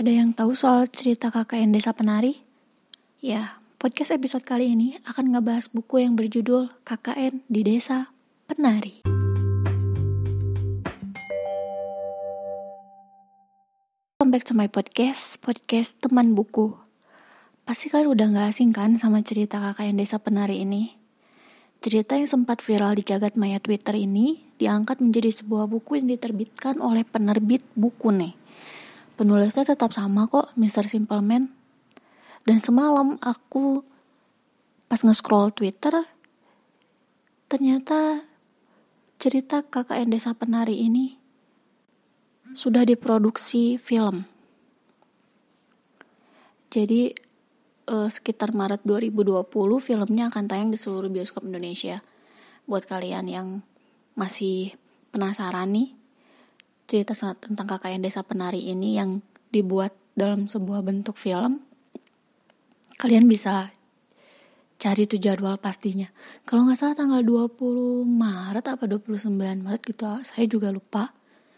Ada yang tahu soal cerita KKN Desa Penari? Ya, podcast episode kali ini akan ngebahas buku yang berjudul KKN di Desa Penari. Welcome back to my podcast teman buku. Pasti kalian udah gak asing kan sama cerita KKN Desa Penari ini? Cerita yang sempat viral di jagat maya Twitter ini diangkat menjadi sebuah buku yang diterbitkan oleh penerbit buku nih. Penulisnya tetap sama kok, Mr. Simpleman. Dan semalam aku pas nge-scroll Twitter, ternyata cerita KKN Desa Penari ini sudah diproduksi film. Jadi sekitar Maret 2020 filmnya akan tayang di seluruh bioskop Indonesia. Buat kalian yang masih penasaran nih, cerita tentang KKN Desa Penari ini yang dibuat dalam sebuah bentuk film, kalian bisa cari tuh jadwal pastinya. Kalau gak salah tanggal 20 Maret apa 29 Maret gitu, saya juga lupa.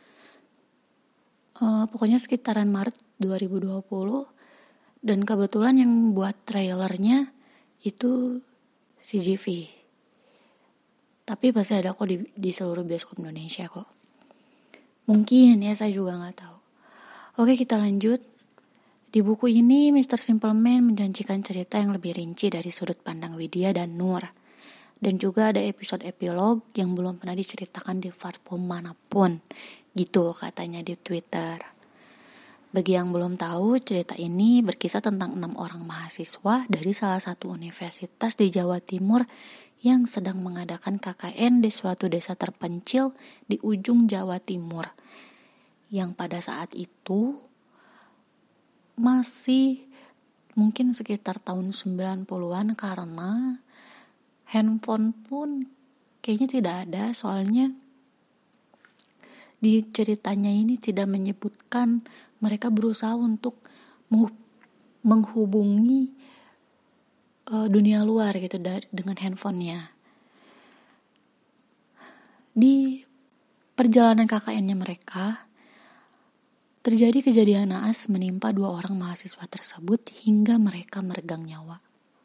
Pokoknya sekitaran Maret 2020. Dan kebetulan yang buat trailernya itu CGV. Tapi masih ada kok di seluruh bioskop Indonesia kok. Mungkin ya, saya juga gak tahu. Oke, kita lanjut. Di buku ini Mr. Simpleman menjanjikan cerita yang lebih rinci dari sudut pandang Widya dan Nur. Dan juga ada episode epilog yang belum pernah diceritakan di platform manapun. Gitu katanya di Twitter. Bagi yang belum tahu, cerita ini berkisah tentang 6 orang mahasiswa dari salah satu universitas di Jawa Timur yang sedang mengadakan KKN di suatu desa terpencil di ujung Jawa Timur. Yang pada saat itu masih mungkin sekitar tahun 90-an karena handphone pun kayaknya tidak ada, soalnya di ceritanya ini tidak menyebutkan mereka berusaha untuk menghubungi dunia luar gitu dengan handphonenya. Di perjalanan KKN-nya mereka, terjadi kejadian naas menimpa 2 orang mahasiswa tersebut hingga mereka meregang nyawa.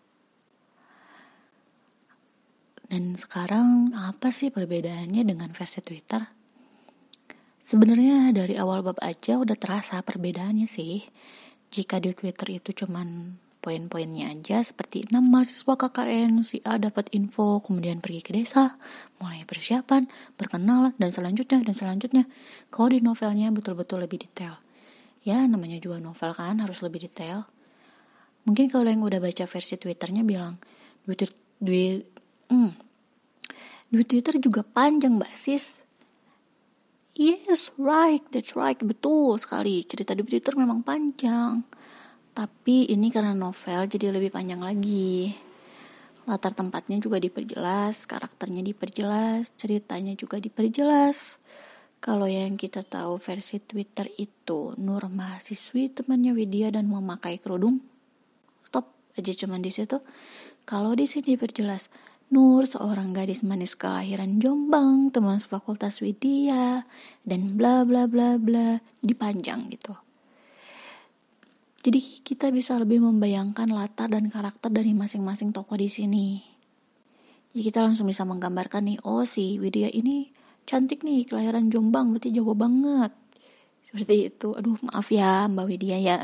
Dan sekarang apa sih perbedaannya dengan versi Twitter? Sebenarnya dari awal bab aja udah terasa perbedaannya sih. Jika di Twitter itu cuman poin-poinnya aja seperti 6 mahasiswa KKN, si A dapat info, kemudian pergi ke desa, mulai persiapan, berkenalan, dan selanjutnya. Kalau di novelnya betul-betul lebih detail. Ya, namanya juga novel kan, harus lebih detail. Mungkin kalau yang udah baca versi Twitternya bilang, di Twitter juga panjang mbak sis. Yes, right, that's right, betul sekali. Cerita di Twitter memang panjang. Tapi ini karena novel jadi lebih panjang lagi. Latar tempatnya juga diperjelas, karakternya diperjelas, ceritanya juga diperjelas. Kalau yang kita tahu versi Twitter itu Nur mahasiswi temannya Widya dan memakai kerudung. Stop aja cuman di situ. Kalau di sini diperjelas Nur seorang gadis manis kelahiran Jombang, teman fakultas Widya, dan bla bla bla bla, dipanjang gitu. Jadi kita bisa lebih membayangkan latar dan karakter dari masing-masing tokoh di sini. Jadi kita langsung bisa menggambarkan nih, oh si Widya ini cantik nih, kelahiran Jombang, berarti Jawa banget. Seperti itu. Aduh maaf ya Mbak Widya ya.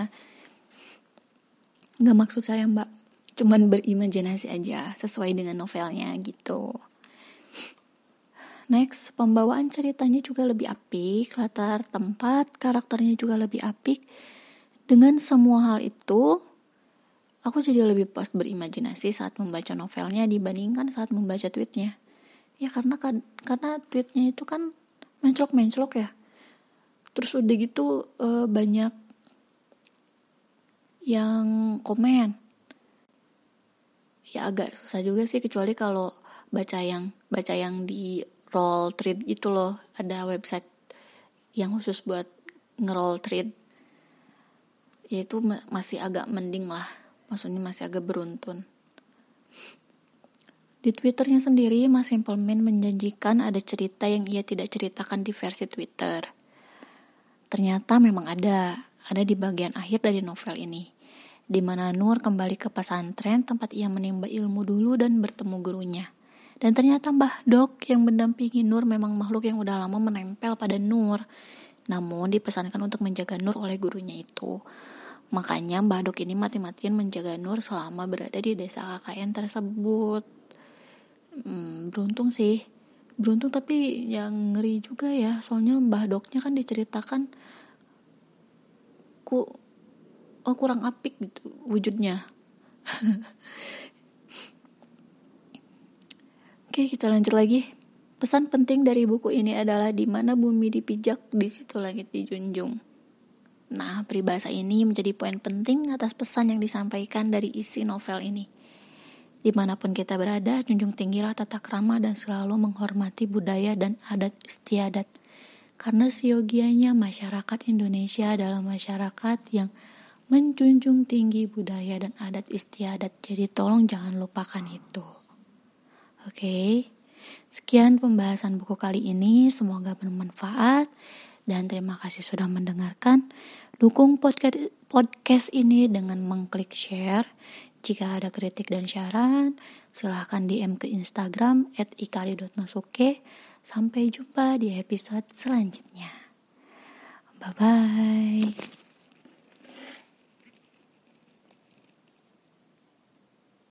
Gak maksud saya Mbak, cuman berimajinasi aja sesuai dengan novelnya gitu. Next, pembawaan ceritanya juga lebih apik, latar tempat, karakternya juga lebih apik. Dengan semua hal itu, aku jadi lebih puas berimajinasi saat membaca novelnya dibandingkan saat membaca tweetnya. Ya karena tweetnya itu kan menclok ya. Terus udah gitu banyak yang komen. Ya agak susah juga sih, kecuali kalau baca yang di roll thread gitu loh. Ada website yang khusus buat nge-roll thread. Ya itu masih agak mending lah. Maksudnya masih agak beruntun. Di Twitternya sendiri, Mas Simpleman menjanjikan ada cerita yang ia tidak ceritakan di versi Twitter. Ternyata memang ada. ada di bagian akhir dari novel ini, di mana Nur kembali ke pesantren tempat ia menimba ilmu dulu dan bertemu gurunya. Dan ternyata Mbah Dok yang mendampingi Nur memang makhluk yang udah lama menempel pada Nur, namun dipesankan untuk menjaga Nur oleh gurunya itu. Makanya Mbah Dok ini mati-matian menjaga Nur selama berada di desa KKN tersebut. Beruntung sih, beruntung, tapi yang ngeri juga ya, soalnya Mbah Doknya kan diceritakan kurang apik gitu wujudnya. Oke, kita lanjut lagi. Pesan penting dari buku ini adalah di mana bumi dipijak, di situ langit dijunjung. Nah, peribahasa ini menjadi poin penting atas pesan yang disampaikan dari isi novel ini. Dimanapun kita berada, junjung tinggilah tata krama dan selalu menghormati budaya dan adat istiadat. Karena siogianya masyarakat Indonesia adalah masyarakat yang menjunjung tinggi budaya dan adat istiadat. Jadi tolong jangan lupakan itu. Oke, sekian pembahasan buku kali ini. Semoga bermanfaat dan terima kasih sudah mendengarkan. Dukung podcast ini dengan mengklik share. Jika ada kritik dan saran, silahkan DM ke Instagram @ikari.nasuke. Sampai jumpa di episode selanjutnya. Bye-bye.